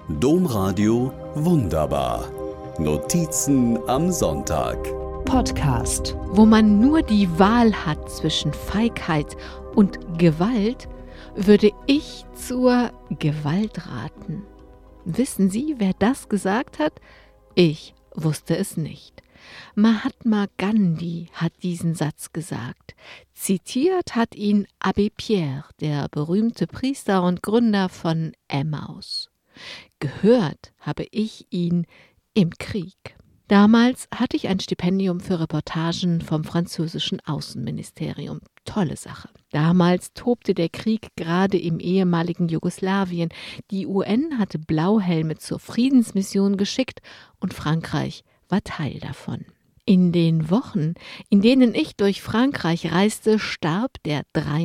Domradio Wunderbar. Notizen am Sonntag. Podcast. Wo man nur die Wahl hat zwischen Feigheit und Gewalt, würde ich zur Gewalt raten. Wissen Sie, wer das gesagt hat? Ich wusste es nicht. Mahatma Gandhi hat diesen Satz gesagt. Zitiert hat ihn Abbé Pierre, der berühmte Priester und Gründer von Emmaus. Gehört habe ich ihn im Krieg. Damals hatte ich ein Stipendium für Reportagen vom französischen Außenministerium. Tolle Sache. Damals tobte der Krieg gerade im ehemaligen Jugoslawien. Die UN hatte Blauhelme zur Friedensmission geschickt und Frankreich war Teil davon. In den Wochen, in denen ich durch Frankreich reiste, starb der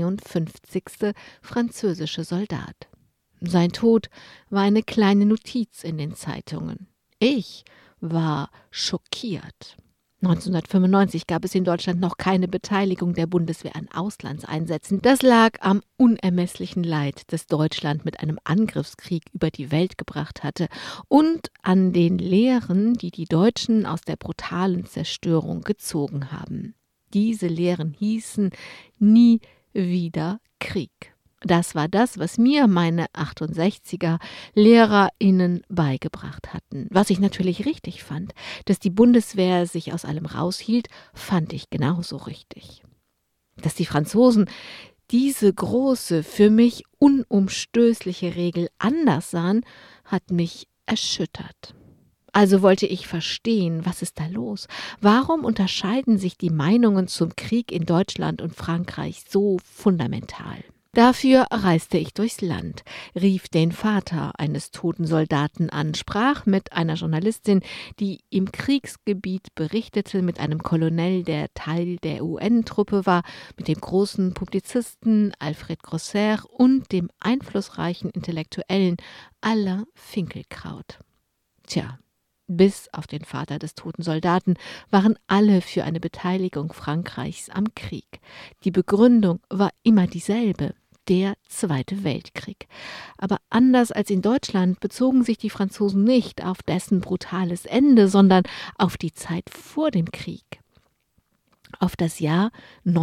53. französische Soldat. Sein Tod war eine kleine Notiz in den Zeitungen. Ich war schockiert. 1995 gab es in Deutschland noch keine Beteiligung der Bundeswehr an Auslandseinsätzen. Das lag am unermesslichen Leid, das Deutschland mit einem Angriffskrieg über die Welt gebracht hatte, und an den Lehren, die die Deutschen aus der brutalen Zerstörung gezogen haben. Diese Lehren hießen: nie wieder Krieg. Das war das, was mir meine 68er LehrerInnen beigebracht hatten. Was ich natürlich richtig fand. Dass die Bundeswehr sich aus allem raushielt, fand ich genauso richtig. Dass die Franzosen diese große, für mich unumstößliche Regel anders sahen, hat mich erschüttert. Also wollte ich verstehen, was ist da los? Warum unterscheiden sich die Meinungen zum Krieg in Deutschland und Frankreich so fundamental? Dafür reiste ich durchs Land, rief den Vater eines toten Soldaten an, sprach mit einer Journalistin, die im Kriegsgebiet berichtete, mit einem Colonel, der Teil der UN-Truppe war, mit dem großen Publizisten Alfred Grosser und dem einflussreichen Intellektuellen Alain Finkielkraut. Tja, bis auf den Vater des toten Soldaten waren alle für eine Beteiligung Frankreichs am Krieg. Die Begründung war immer dieselbe: der Zweite Weltkrieg. Aber anders als in Deutschland bezogen sich die Franzosen nicht auf dessen brutales Ende, sondern auf die Zeit vor dem Krieg. Auf das Jahr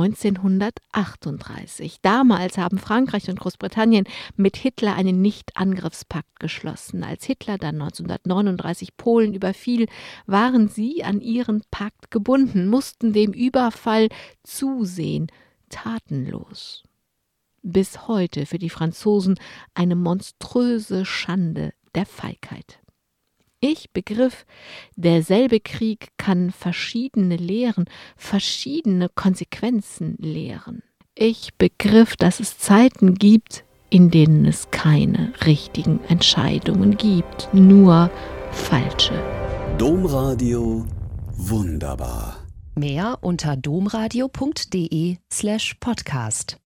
1938. Damals haben Frankreich und Großbritannien mit Hitler einen Nichtangriffspakt geschlossen. Als Hitler dann 1939 Polen überfiel, waren sie an ihren Pakt gebunden, mussten dem Überfall zusehen, tatenlos. Bis heute für die Franzosen eine monströse Schande der Feigheit. Ich begriff, derselbe Krieg kann verschiedene Lehren, verschiedene Konsequenzen lehren. Ich begriff, dass es Zeiten gibt, in denen es keine richtigen Entscheidungen gibt, nur falsche. Domradio Wunderbar. Mehr unter domradio.de/podcast.